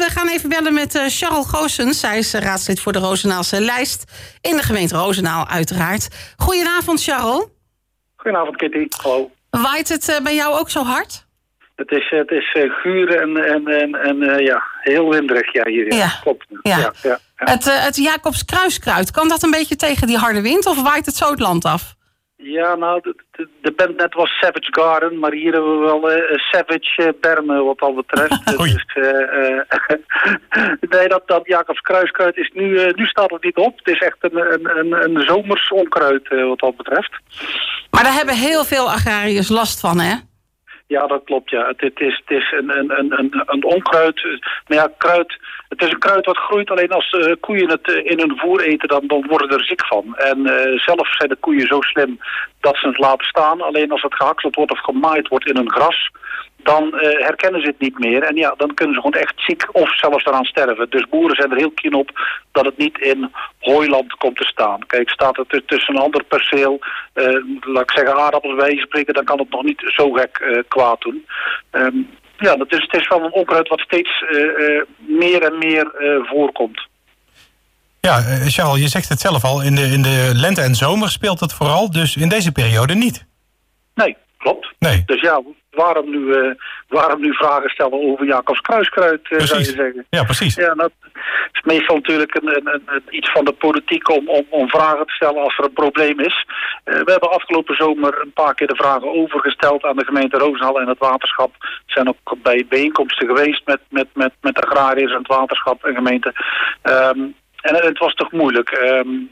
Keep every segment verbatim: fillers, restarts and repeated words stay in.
we gaan even bellen met uh, Charles Goossens. Zij is uh, raadslid voor de Rozenaalse lijst in de gemeente Rozenaal uiteraard. Goedenavond, Charles. Goedenavond, Kitty. Hallo. Waait het uh, bij jou ook zo hard? Het is, het is uh, guur en, en, en, en uh, ja, heel winderig ja, hier. Ja, ja. Klopt. Ja. Ja, ja, ja. Het, uh, het Jacobs kruiskruid, kan dat een beetje tegen die harde wind of waait het zo het land af? Ja, nou, de, de, de band net was Savage Garden, maar hier hebben we wel uh, Savage uh, Bermen wat dat betreft. Dus, uh, uh, nee, dat, dat Jacobs kruiskruid is nu, uh, nu staat het niet op. Het is echt een, een, een, een zomers onkruid uh, wat dat betreft. Maar daar hebben heel veel agrariërs last van, hè? Ja, dat klopt, ja. Het, het is, het is een, een, een, een onkruid. Maar ja, kruid, het is een kruid wat groeit. Alleen als uh, koeien het uh, in hun voer eten, dan, dan worden ze er ziek van. En uh, zelf zijn de koeien zo slim dat ze het laten staan. Alleen als het gehakseld wordt of gemaaid wordt in hun gras, dan uh, herkennen ze het niet meer. En ja, dan kunnen ze gewoon echt ziek of zelfs eraan sterven. Dus boeren zijn er heel keen op dat het niet in hooiland komt te staan. Kijk, staat het tussen een ander perceel, uh, laat ik zeggen aardappels bij spreken, dan kan het nog niet zo gek uh, kwaad doen. Um, ja, dat is, het is wel een onkruid wat steeds uh, uh, meer en meer uh, voorkomt. Ja, uh, Charles, je zegt het zelf al, in de, in de lente en zomer speelt het vooral, dus in deze periode niet. Nee, klopt. Nee. Dus ja, waarom nu, uh, waarom nu vragen stellen over Jacobs kruiskruid, uh, zou je zeggen? Ja, precies. Ja, dat is meestal natuurlijk een, een, een, iets van de politiek om, om, om vragen te stellen als er een probleem is. Uh, we hebben afgelopen zomer een paar keer de vragen overgesteld aan de gemeente Rozenhal en het waterschap. We zijn ook bij bijeenkomsten geweest met, met, met, met agrariërs en het waterschap en gemeente. Um, en het was toch moeilijk. Um,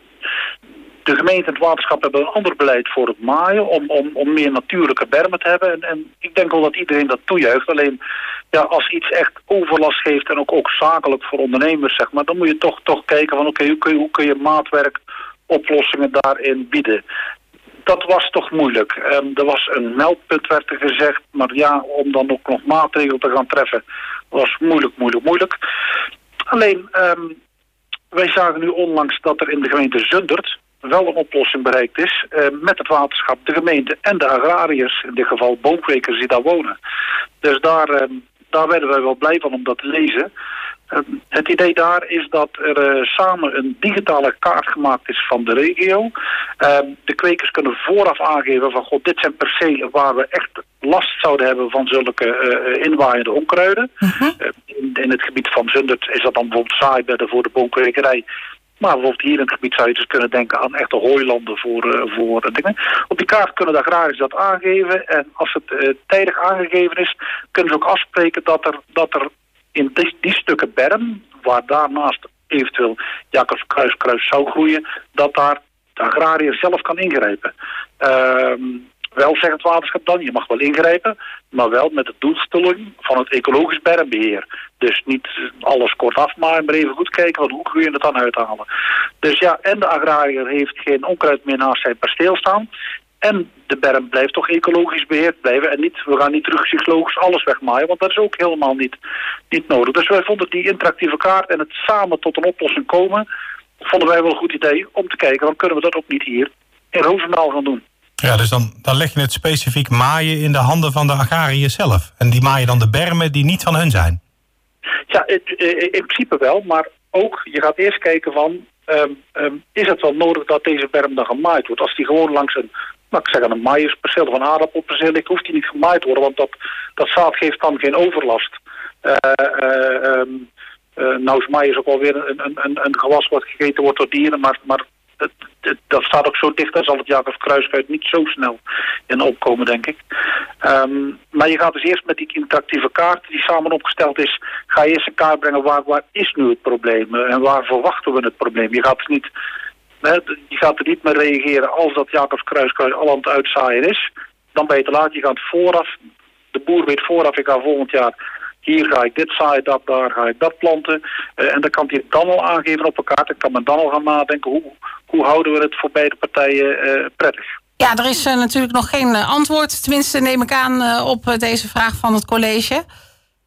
De gemeente en het waterschap hebben een ander beleid voor het maaien, om, om, om meer natuurlijke bermen te hebben. En, en ik denk wel dat iedereen dat toejuicht. Alleen, ja, als iets echt overlast geeft en ook, ook zakelijk voor ondernemers, zeg maar, dan moet je toch, toch kijken van, oké, okay, hoe, kun je, hoe kun je maatwerkoplossingen daarin bieden? Dat was toch moeilijk. Um, er was een meldpunt, werd er gezegd, maar ja, om dan ook nog maatregelen te gaan treffen, was moeilijk, moeilijk, moeilijk. Alleen, um, wij zagen nu onlangs dat er in de gemeente Zundert wel een oplossing bereikt is uh, met het waterschap, de gemeente en de agrariërs, in dit geval boomkwekers die daar wonen. Dus daar, uh, daar werden wij wel blij van om dat te lezen. Uh, het idee daar is dat er uh, samen een digitale kaart gemaakt is van de regio. Uh, de kwekers kunnen vooraf aangeven van, god, dit zijn percelen waar we echt last zouden hebben van zulke uh, inwaaiende onkruiden. Uh-huh. Uh, in, in het gebied van Zundert is dat dan bijvoorbeeld zaaibedden voor de boomkwekerij. Maar bijvoorbeeld hier in het gebied zou je dus kunnen denken aan echte hooilanden voor, uh, voor uh, dingen. Op die kaart kunnen de agrariërs dat aangeven. En als het uh, tijdig aangegeven is, kunnen ze ook afspreken dat er, dat er in die, die stukken berm, waar daarnaast eventueel Jacobs kruiskruis zou groeien, dat daar de agrariër zelf kan ingrijpen. Uh, wel zegt het waterschap dan, je mag wel ingrijpen, maar wel met de doelstelling van het ecologisch bermbeheer. Dus niet alles kort afmaaien, maar even goed kijken, wat, hoe kun je het dan uithalen. Dus ja, en de agrariër heeft geen onkruid meer naast zijn perceel staan. En de berm blijft toch ecologisch beheerd blijven. En niet, we gaan niet rugzichtslogisch alles wegmaaien, want dat is ook helemaal niet, niet nodig. Dus wij vonden die interactieve kaart en het samen tot een oplossing komen, vonden wij wel een goed idee om te kijken, dan kunnen we dat ook niet hier in Rozendaal gaan doen. Ja, dus dan, dan leg je het specifiek maaien in de handen van de agrariër zelf. En die maaien dan de bermen die niet van hun zijn. Ja, in principe wel, maar ook, je gaat eerst kijken van, um, um, is het wel nodig dat deze berm dan gemaaid wordt? Als die gewoon langs een, nou, ik zeg een maïsperceel of een aardappelperceel ligt, hoeft die niet gemaaid te worden, want dat, dat zaad geeft dan geen overlast. Uh, uh, um, uh, nou is maïs ook alweer een, een, een, een gewas wat gegeten wordt door dieren, maar, maar het, het, dat staat ook zo dicht, dan zal het Jacobs kruiskruid niet zo snel in opkomen, denk ik. Um, maar je gaat dus eerst met die interactieve kaart die samen opgesteld is, ga je eerst een kaart brengen waar, waar is nu het probleem en waar verwachten we het probleem. Je gaat dus niet, hè, je gaat er niet meer reageren als dat Jacobs kruiskruid al aan het uitzaaien is. Dan ben je te laat, je gaat vooraf, de boer weet vooraf, ik ga volgend jaar, hier ga ik dit zaaien, dat, daar ga ik dat planten. Uh, en dan kan hij dan al aangeven op een kaart. En kan men dan al gaan nadenken, hoe, hoe houden we het voor beide partijen uh, prettig? Ja, er is uh, natuurlijk nog geen uh, antwoord. Tenminste, neem ik aan uh, op uh, deze vraag van het college. Nee,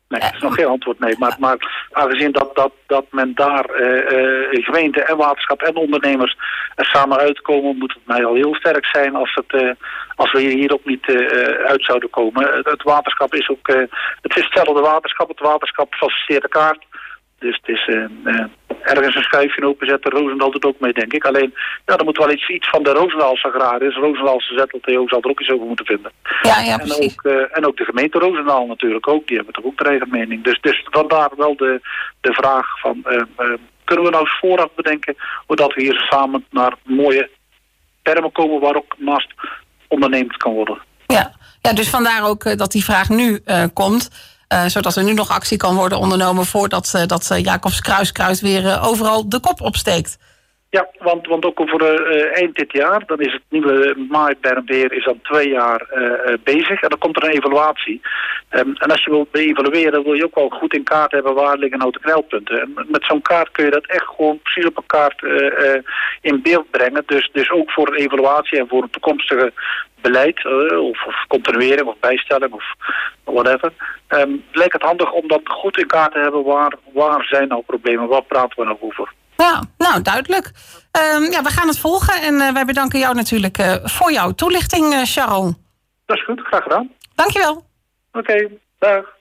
Nee, dat is nog geen antwoord, nee. Maar, maar aangezien dat, dat, dat men daar uh, uh, gemeente en waterschap en ondernemers er samen uitkomen, moet het mij al heel sterk zijn als, het, uh, als we hier ook niet uh, uit zouden komen. Het, het waterschap is ook, uh, het is hetzelfde waterschap. Het waterschap faciliteert de kaart. Dus het is uh, uh, ergens een schuifje openzetten. Roosendaal doet ook mee, denk ik. Alleen, ja, er moet wel iets, iets van de Roosendaalse agrariërs. Roosendaalse Z L T O zal er ook iets over moeten vinden. Ja, ja, en, precies. ook, uh, en ook de gemeente Roosendaal natuurlijk ook. Die hebben toch ook de eigen mening. Dus, dus vandaar wel de, de vraag van... Uh, uh, kunnen we nou eens vooraf bedenken... zodat we hier samen naar mooie termen komen... waar ook naast ondernemend kan worden. Ja, ja dus vandaar ook uh, dat die vraag nu uh, komt... Uh, zodat er nu nog actie kan worden ondernomen... voordat uh, dat, uh, Jacobs Kruiskruis weer uh, overal de kop opsteekt. Ja, want, want ook over uh, eind dit jaar... dan is het nieuwe maaibermbeheer is dan twee jaar uh, bezig... en dan komt er een evaluatie. Um, en als je wilt evalueren... wil je ook wel goed in kaart hebben... waar liggen nou de knelpunten. En met zo'n kaart kun je dat echt gewoon... precies op een kaart uh, uh, in beeld brengen. Dus, dus ook voor een evaluatie... en voor een toekomstige beleid... Uh, of, of continuering of bijstelling of whatever... Um, lijkt het handig om dat goed in kaart te hebben... waar, waar zijn nou problemen, waar praten we nou over... Ja, nou, duidelijk. Um, ja, we gaan het volgen en uh, wij bedanken jou natuurlijk uh, voor jouw toelichting, uh, Charles. Dat is goed, graag gedaan. Dankjewel. Oké, okay, dag.